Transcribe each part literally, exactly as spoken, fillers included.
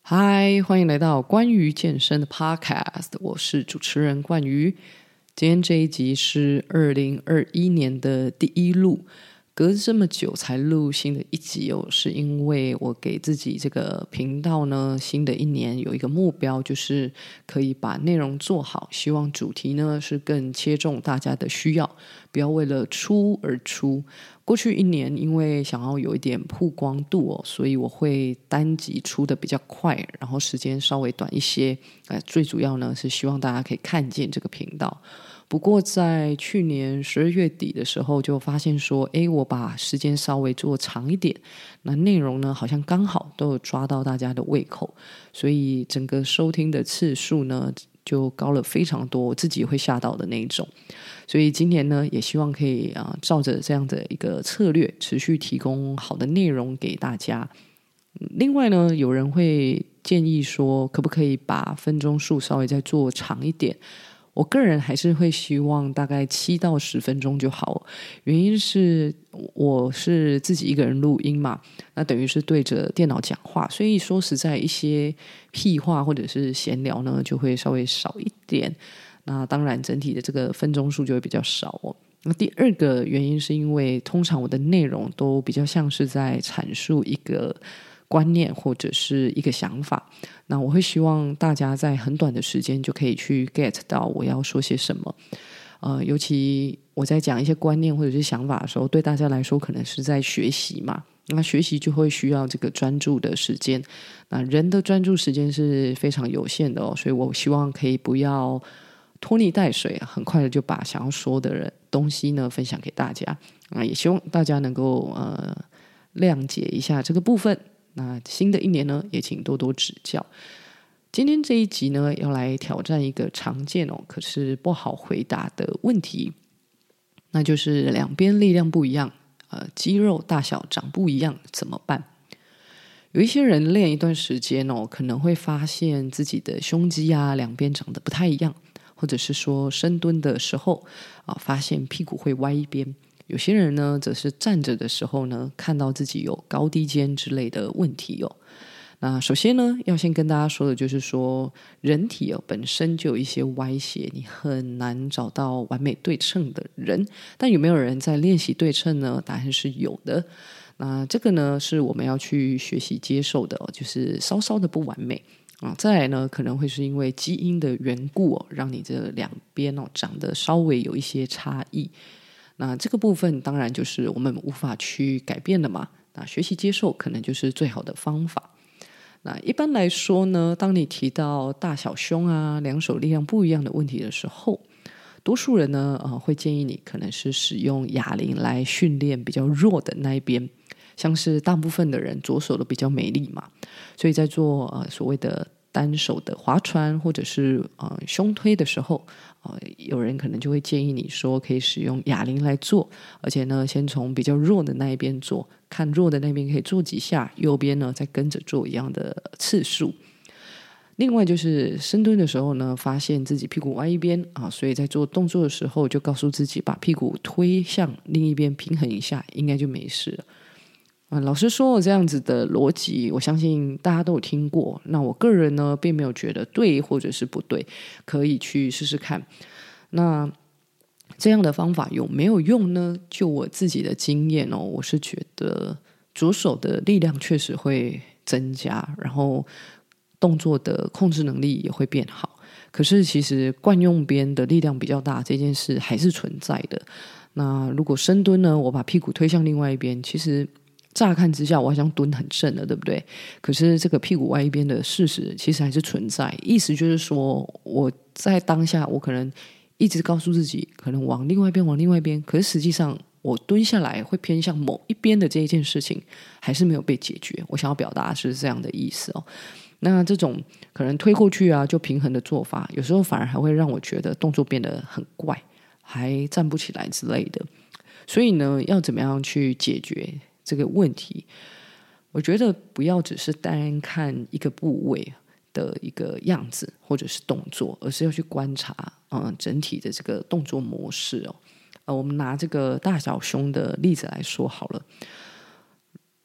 嗨，欢迎来到关于健身的 Podcast， 我是主持人冠瑜。今天这一集是二零二一年的第一录，隔这么久才录新的一集哦，是因为我给自己这个频道呢，新的一年有一个目标，就是可以把内容做好，希望主题呢是更切中大家的需要，不要为了出而出。过去一年因为想要有一点曝光度哦，所以我会单集出的比较快，然后时间稍微短一些。呃，最主要呢是希望大家可以看见这个频道。不过在去年十二月底的时候就发现说，诶，我把时间稍微做长一点，那内容呢好像刚好都有抓到大家的胃口，所以整个收听的次数呢就高了非常多，我自己会吓到的那一种。所以今年呢也希望可以啊、呃，照着这样的一个策略持续提供好的内容给大家。另外呢，有人会建议说可不可以把分钟数稍微再做长一点，我个人还是会希望大概七到十分钟就好。原因是我是自己一个人录音嘛，那等于是对着电脑讲话，所以说实在一些屁话或者是闲聊呢就会稍微少一点，那当然整体的这个分钟数就会比较少哦。那第二个原因是因为通常我的内容都比较像是在阐述一个观念或者是一个想法，那我会希望大家在很短的时间就可以去 get 到我要说些什么。呃，尤其我在讲一些观念或者是想法的时候，对大家来说可能是在学习嘛，那学习就会需要这个专注的时间，那人的专注时间是非常有限的哦，所以我希望可以不要拖泥带水，很快的就把想要说的人东西呢分享给大家。那也希望大家能够呃谅解一下这个部分。那新的一年呢，也请多多指教。今天这一集呢，要来挑战一个常见哦，可是不好回答的问题，那就是两边力量不一样，呃，肌肉大小长不一样怎么办？有一些人练一段时间哦，可能会发现自己的胸肌啊两边长得不太一样，或者是说深蹲的时候啊，发现屁股会歪一边。有些人呢，则是站着的时候呢，看到自己有高低肩之类的问题哦。那首先呢，要先跟大家说的就是说，人体哦本身就有一些歪斜，你很难找到完美对称的人。但有没有人在练习对称呢？答案是有的。那这个呢，是我们要去学习接受的哦，就是稍稍的不完美啊。再来呢，可能会是因为基因的缘故哦，让你这两边哦长得稍微有一些差异。那这个部分当然就是我们无法去改变的嘛，那学习接受可能就是最好的方法。那一般来说呢，当你提到大小胸啊、两手力量不一样的问题的时候，多数人呢、呃、会建议你可能是使用哑铃来训练比较弱的那一边，像是大部分的人左手都比较没力嘛，所以在做呃所谓的单手的划船或者是呃胸推的时候，呃，有人可能就会建议你说可以使用哑铃来做，而且呢先从比较弱的那一边做，看弱的那边可以做几下，右边呢再跟着做一样的次数。另外就是深蹲的时候呢，发现自己屁股歪一边啊，所以在做动作的时候就告诉自己把屁股推向另一边平衡一下，应该就没事了。嗯，老实说，这样子的逻辑我相信大家都有听过，那我个人呢并没有觉得对或者是不对，可以去试试看。那这样的方法有没有用呢？就我自己的经验哦，我是觉得左手的力量确实会增加，然后动作的控制能力也会变好，可是其实惯用边的力量比较大这件事还是存在的。那如果深蹲呢，我把屁股推向另外一边，其实乍看之下我好像蹲很正了，对不对？可是这个屁股歪一边的事实其实还是存在，意思就是说我在当下我可能一直告诉自己可能往另外一边往另外一边，可是实际上我蹲下来会偏向某一边的这一件事情还是没有被解决。我想要表达的是这样的意思哦。那这种可能推过去啊就平衡的做法，有时候反而还会让我觉得动作变得很怪，还站不起来之类的。所以呢，要怎么样去解决这个问题？我觉得不要只是单看一个部位的一个样子或者是动作，而是要去观察嗯整体的这个动作模式哦。呃，我们拿这个大小胸的例子来说好了。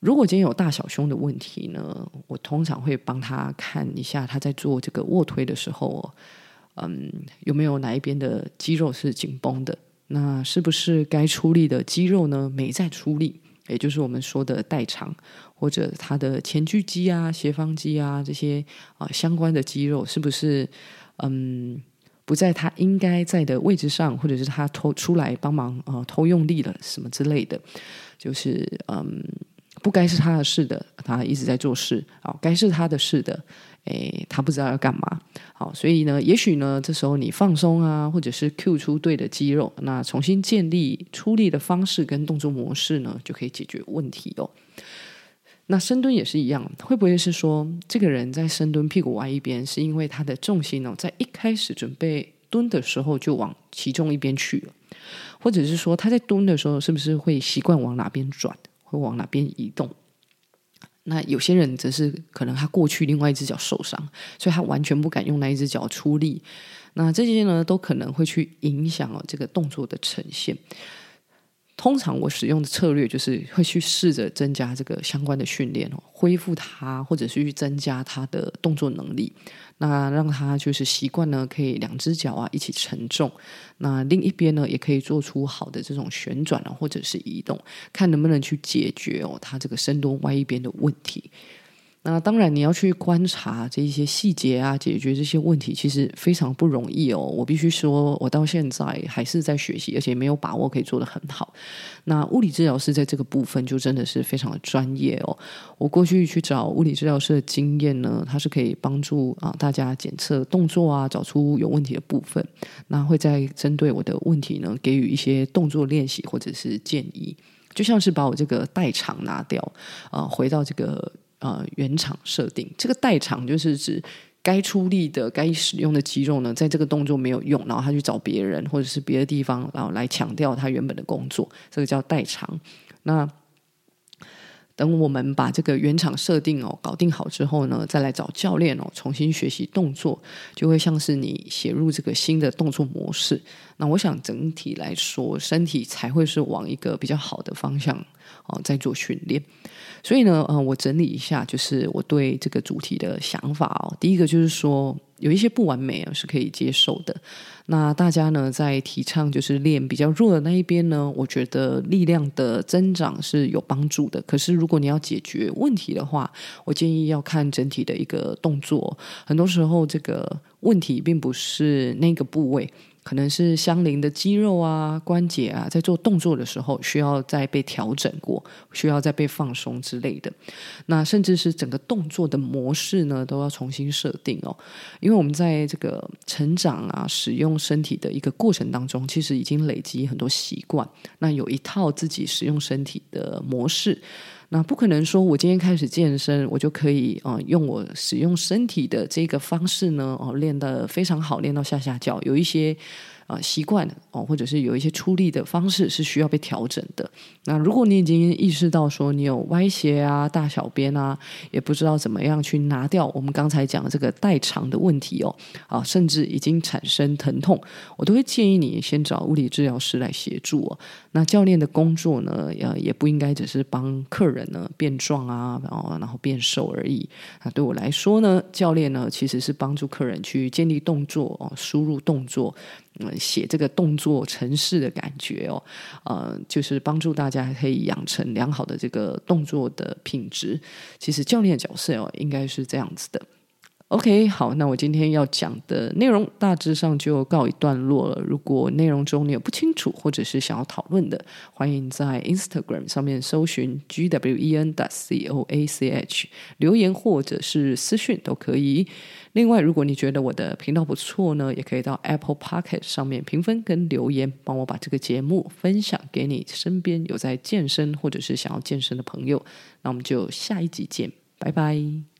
如果今天有大小胸的问题呢，我通常会帮他看一下他在做这个卧推的时候，嗯，有没有哪一边的肌肉是紧绷的，那是不是该出力的肌肉呢没在出力，也就是我们说的代偿，或者他的前锯肌啊、斜方肌啊这些、呃、相关的肌肉是不是嗯不在他应该在的位置上，或者是他偷出来帮忙、呃、偷用力了什么之类的，就是嗯不该是他的事的他一直在做事，好，该是他的事的诶他不知道要干嘛。好，所以呢也许呢这时候你放松啊，或者是 Q 出对的肌肉，那重新建立出力的方式跟动作模式呢，就可以解决问题哦。那深蹲也是一样，会不会是说这个人在深蹲屁股歪一边是因为他的重心哦，在一开始准备蹲的时候就往其中一边去了，或者是说他在蹲的时候是不是会习惯往哪边转，会往哪边移动。那有些人则是可能他过去另外一只脚受伤，所以他完全不敢用那一只脚出力，那这些呢都可能会去影响、哦、这个动作的呈现。通常我使用的策略就是会去试着增加这个相关的训练、哦、恢复它，或者是去增加它的动作能力，那让它就是习惯呢可以两只脚啊一起承重，那另一边呢也可以做出好的这种旋转、啊、或者是移动，看能不能去解决、哦、它这个深蹲歪一边的问题。那当然你要去观察这一些细节啊，解决这些问题其实非常不容易哦。我必须说我到现在还是在学习，而且没有把握可以做得很好。那物理治疗师在这个部分就真的是非常的专业哦。我过去去找物理治疗师的经验呢，它是可以帮助啊大家检测动作啊，找出有问题的部分，那会再针对我的问题呢给予一些动作练习或者是建议，就像是把我这个代偿拿掉啊、呃，回到这个呃，原厂设定。这个代偿就是指该出力的该使用的肌肉呢在这个动作没有用，然后他去找别人或者是别的地方然后来强调他原本的工作，这个叫代偿。那等我们把这个原厂设定哦搞定好之后呢，再来找教练哦重新学习动作，就会像是你写入这个新的动作模式。那我想整体来说身体才会是往一个比较好的方向哦在做训练。所以呢，呃，我整理一下，就是我对这个主题的想法哦。第一个就是说，有一些不完美是可以接受的。那大家呢，在提倡就是练比较弱的那一边呢，我觉得力量的增长是有帮助的。可是如果你要解决问题的话，我建议要看整体的一个动作。很多时候，这个问题并不是那个部位，可能是相邻的肌肉啊、关节啊，在做动作的时候需要再被调整过，需要再被放松之类的。那甚至是整个动作的模式呢，都要重新设定哦。因为我们在这个成长啊、使用身体的一个过程当中，其实已经累积很多习惯，那有一套自己使用身体的模式。那不可能说我今天开始健身我就可以、呃、用我使用身体的这个方式呢、哦、练得非常好，练到下下脚。有一些呃习惯、哦、或者是有一些出力的方式是需要被调整的。那如果你已经意识到说你有歪斜啊、大小边啊，也不知道怎么样去拿掉我们刚才讲的这个代偿的问题哦，啊，甚至已经产生疼痛，我都会建议你先找物理治疗师来协助哦。那教练的工作呢，呃，也不应该只是帮客人呢变壮啊，然后然后变瘦而已。那对我来说呢，教练呢其实是帮助客人去建立动作哦，输入动作。嗯，写这个动作程式的感觉哦，呃，就是帮助大家可以养成良好的这个动作的品质。其实教练的角色哦，应该是这样子的。OK， 好，那我今天要讲的内容大致上就告一段落了。如果内容中你有不清楚或者是想要讨论的，欢迎在 Instagram 上面搜寻 G W E N 点 C O A C H 留言或者是私讯都可以。另外，如果你觉得我的频道不错呢，也可以到 Apple Podcast 上面评分跟留言，帮我把这个节目分享给你身边有在健身或者是想要健身的朋友。那我们就下一集见，拜拜。